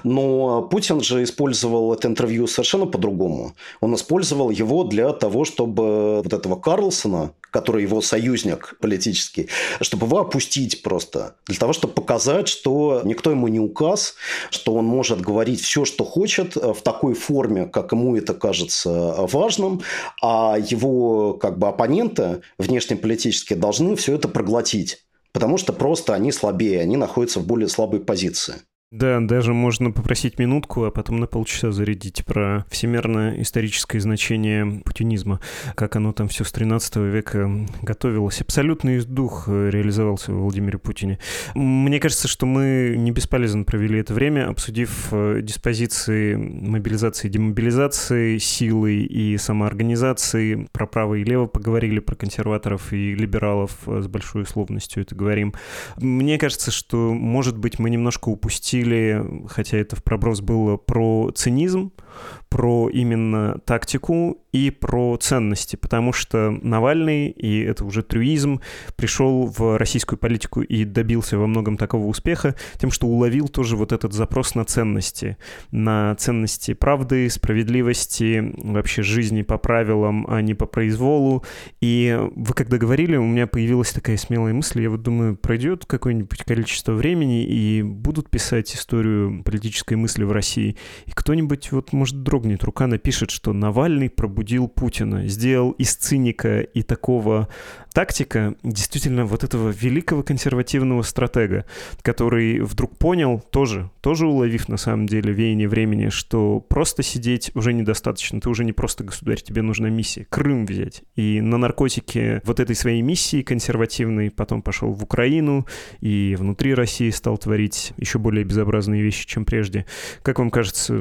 Но Путин же использовал это интервью совершенно по-другому. Он использовал его для того, чтобы вот этого Карлсона, который его союзник политический, чтобы его опустить просто. Для того, чтобы показать, что никто ему не указ, что он может говорить все, что хочет, в такой форме, как ему это кажется важным, а его как бы оппоненты внешнеполитические должны все это проглотить. Потому что просто они слабее, они находятся в более слабой позиции. Да, даже можно попросить минутку, а потом на полчаса зарядить про всемирное историческое значение путинизма, как оно там все с тринадцатого века готовилось. Абсолютный дух реализовался в Владимире Путине. Мне кажется, что мы не бесполезно провели это время, обсудив диспозиции мобилизации и демобилизации, силы и самоорганизации, про право и лево поговорили, про консерваторов и либералов с большой условностью это говорим. Мне кажется, что, может быть, мы немножко упустили, хотя это в проброс было, про цинизм, про именно тактику и про ценности, потому что Навальный, и это уже трюизм, пришел в российскую политику и добился во многом такого успеха тем, что уловил тоже вот этот запрос на ценности, на ценности правды, справедливости, вообще жизни по правилам, а не по произволу. И вы когда говорили, у меня появилась такая смелая мысль, я вот думаю, пройдет какое-нибудь количество времени и будут писать историю политической мысли в России, и кто-нибудь вот, может, дрогнет рука, напишет, что Навальный пробудил Путина, сделал из циника и такого тактика действительно вот этого великого консервативного стратега, который вдруг понял, тоже, тоже уловив на самом деле веяние времени, что просто сидеть уже недостаточно, ты уже не просто государь, тебе нужна миссия, Крым взять. И на наркотике вот этой своей миссии консервативной потом пошел в Украину и внутри России стал творить еще более безобразные вещи, чем прежде. Как вам кажется,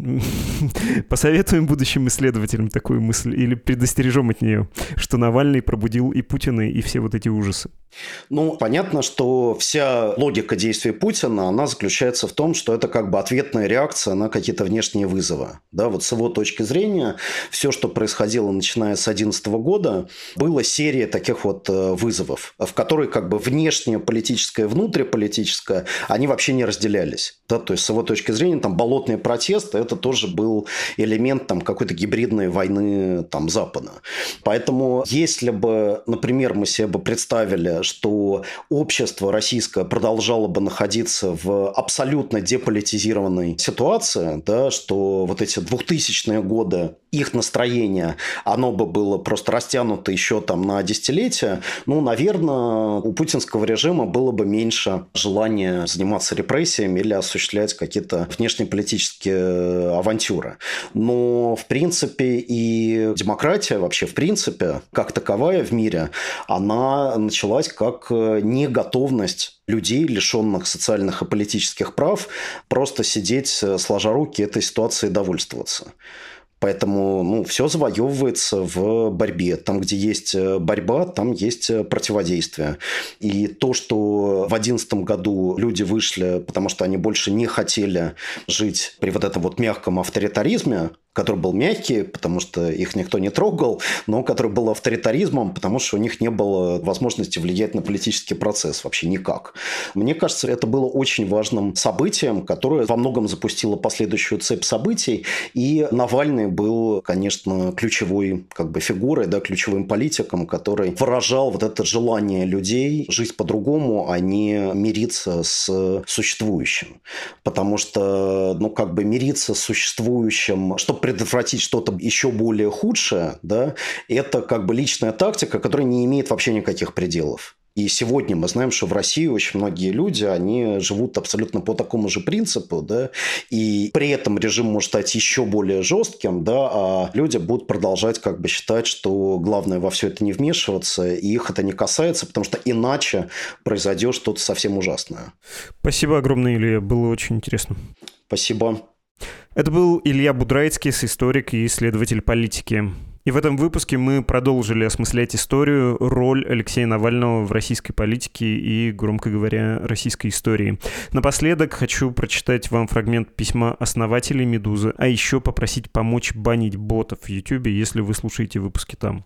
посоветуем будущим исследователям такую мысль или предостережем от нее, что Навальный пробудил и Путина, и все вот эти ужасы? Ну, понятно, что вся логика действий Путина, она заключается в том, что это как бы ответная реакция на какие-то внешние вызовы. Да, вот с его точки зрения, все, что происходило, начиная с две тысячи одиннадцатого года, было серия таких вот вызовов, в которые как бы внешнее политическое и внутриполитическое, они вообще не разделялись. Да, то есть, с его точки зрения, там, болотные протесты, это тоже был элемент там, какой-то гибридной войны там, Запада. Поэтому, если бы, например, мы себе бы представили, что общество российское продолжало бы находиться в абсолютно деполитизированной ситуации, да, что вот эти двухтысячные годы, их настроение, оно бы было просто растянуто еще там на десятилетия, ну, наверное, у путинского режима было бы меньше желания заниматься репрессиями или осуществлять какие-то внешнеполитические авантюры. Но, в принципе, и демократия вообще, в принципе, как таковая в мире, она началась как неготовность людей, лишенных социальных и политических прав, просто сидеть сложа руки этой ситуацией и довольствоваться. Поэтому ну, все завоевывается в борьбе. Там, где есть борьба, там есть противодействие. И то, что в две тысячи одиннадцатом году люди вышли, потому что они больше не хотели жить при вот этом вот мягком авторитаризме, который был мягкий, потому что их никто не трогал, но который был авторитаризмом, потому что у них не было возможности влиять на политический процесс вообще никак. Мне кажется, это было очень важным событием, которое во многом запустило последующую цепь событий, и Навальный был, конечно, ключевой как бы фигурой, да, ключевым политиком, который выражал вот это желание людей жить по-другому, а не мириться с существующим. Потому что, ну, как бы мириться с существующим, чтобы предотвратить что-то еще более худшее, да, это как бы личная тактика, которая не имеет вообще никаких пределов. И сегодня мы знаем, что в России очень многие люди, они живут абсолютно по такому же принципу, да, и при этом режим может стать еще более жестким, да, а люди будут продолжать как бы считать, что главное во все это не вмешиваться, и их это не касается, потому что иначе произойдет что-то совсем ужасное. Спасибо огромное, Илья, было очень интересно. Спасибо. Это был Илья Будрайцкис, историк и исследователь политики. И в этом выпуске мы продолжили осмыслять историю, роль Алексея Навального в российской политике и, громко говоря, российской истории. Напоследок хочу прочитать вам фрагмент письма основателей «Медузы», а еще попросить помочь банить ботов в Ютубе, если вы слушаете выпуски там.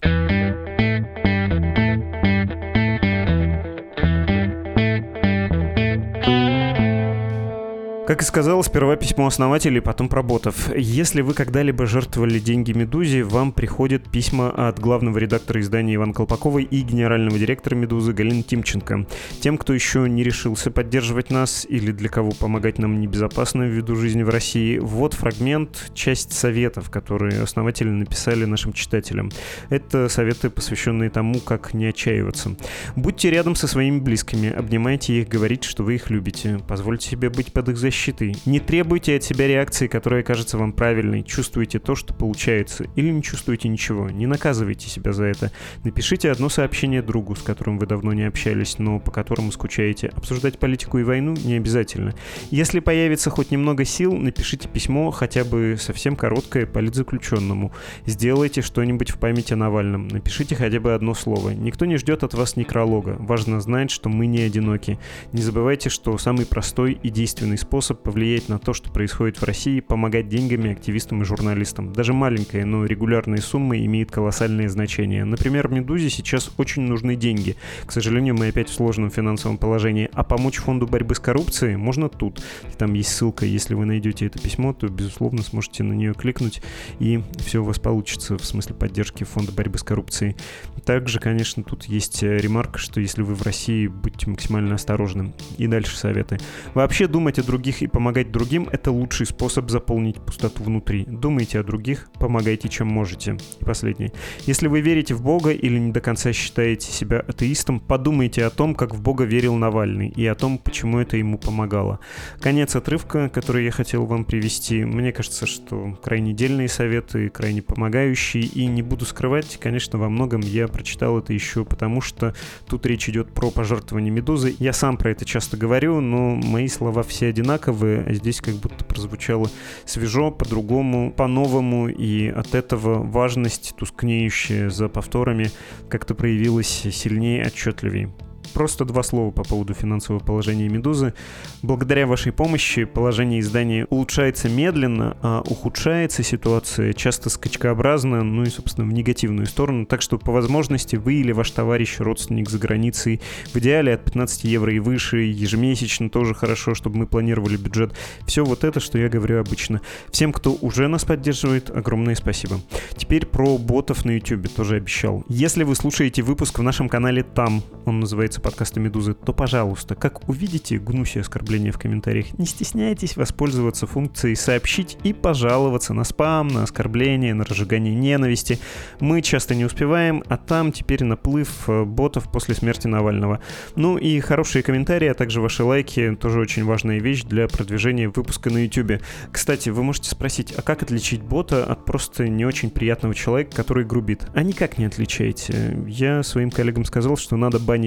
Как и сказал, сперва письмо основателей, потом про ботов. Если вы когда-либо жертвовали деньги «Медузе», вам приходят письма от главного редактора издания Ивана Колпаковой и генерального директора «Медузы» Галины Тимченко. Тем, кто еще не решился поддерживать нас или для кого помогать нам небезопасно ввиду жизни в России, вот фрагмент, часть советов, которые основатели написали нашим читателям. Это советы, посвященные тому, как не отчаиваться. Будьте рядом со своими близкими, обнимайте их, говорите, что вы их любите, позвольте себе быть под их защитой. Не требуйте от себя реакции, которая кажется вам правильной. Чувствуйте то, что получается. Или не чувствуйте ничего. Не наказывайте себя за это. Напишите одно сообщение другу, с которым вы давно не общались, но по которому скучаете. Обсуждать политику и войну не обязательно. Если появится хоть немного сил, напишите письмо, хотя бы совсем короткое, политзаключенному. Сделайте что-нибудь в память о Навальном. Напишите хотя бы одно слово. Никто не ждет от вас некролога. Важно знать, что мы не одиноки. Не забывайте, что самый простой и действенный способ повлиять на то, что происходит в России, помогать деньгами активистам и журналистам. Даже маленькая, но регулярная сумма имеет колоссальное значение. Например, «Медузе» сейчас очень нужны деньги. К сожалению, мы опять в сложном финансовом положении. А помочь фонду борьбы с коррупцией можно тут. Там есть ссылка. Если вы найдете это письмо, то, безусловно, сможете на нее кликнуть, и все у вас получится в смысле поддержки фонда борьбы с коррупцией. Также, конечно, тут есть ремарка, что если вы в России, будьте максимально осторожны. И дальше советы. Вообще думать о других и помогать другим — это лучший способ заполнить пустоту внутри. Думайте о других, помогайте, чем можете. И последний. Если вы верите в Бога или не до конца считаете себя атеистом, подумайте о том, как в Бога верил Навальный, и о том, почему это ему помогало. Конец отрывка, который я хотел вам привести. Мне кажется, что крайне дельные советы, крайне помогающие, и не буду скрывать, конечно, во многом я прочитал это еще потому, что тут речь идет про пожертвование «Медузы». Я сам про это часто говорю, но мои слова все одинаковые, а здесь как будто прозвучало свежо, по-другому, по-новому, и от этого важность, тускнеющая за повторами, как-то проявилась сильнее, отчетливее. Просто два слова по поводу финансового положения «Медузы». Благодаря вашей помощи положение издания улучшается медленно, а ухудшается ситуация часто скачкообразно, ну и, собственно, в негативную сторону. Так что, по возможности, вы или ваш товарищ, родственник за границей, в идеале от пятнадцати евро и выше, ежемесячно тоже хорошо, чтобы мы планировали бюджет. Все вот это, что я говорю обычно. Всем, кто уже нас поддерживает, огромное спасибо. Теперь про ботов на YouTube, тоже обещал. Если вы слушаете выпуск в нашем канале там, он называется подкаста «Медузы», то, пожалуйста, как увидите гнусие оскорбления в комментариях, не стесняйтесь воспользоваться функцией «Сообщить» и пожаловаться на спам, на оскорбления, на разжигание ненависти. Мы часто не успеваем, а там теперь наплыв ботов после смерти Навального. Ну и хорошие комментарии, а также ваши лайки — тоже очень важная вещь для продвижения выпуска на YouTube. Кстати, вы можете спросить, а как отличить бота от просто не очень приятного человека, который грубит? А никак не отличаете. Я своим коллегам сказал, что надо банить всех,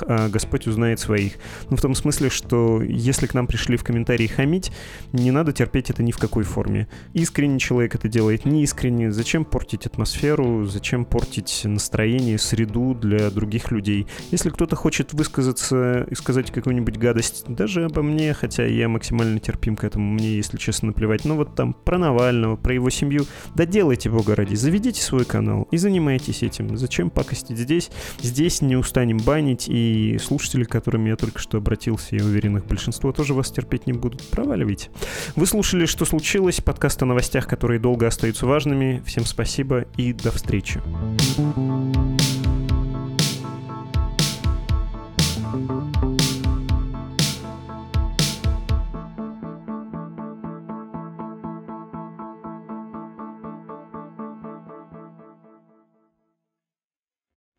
чужих, а Господь узнает своих. Ну, в том смысле, что если к нам пришли в комментарии хамить, не надо терпеть это ни в какой форме. Искренне человек это делает, не искренне. Зачем портить атмосферу, зачем портить настроение, среду для других людей? Если кто-то хочет высказаться и сказать какую-нибудь гадость, даже обо мне, хотя я максимально терпим к этому, мне, если честно, наплевать, но вот там про Навального, про его семью, да делайте, бога ради, заведите свой канал и занимайтесь этим. Зачем пакостить здесь? Здесь не устанем банить, и слушатели, к которым я только что обратился, я уверен, их большинство тоже вас терпеть не будут. Проваливайте. Вы слушали «Что случилось?» Подкаст о новостях, которые долго остаются важными. Всем спасибо и до встречи.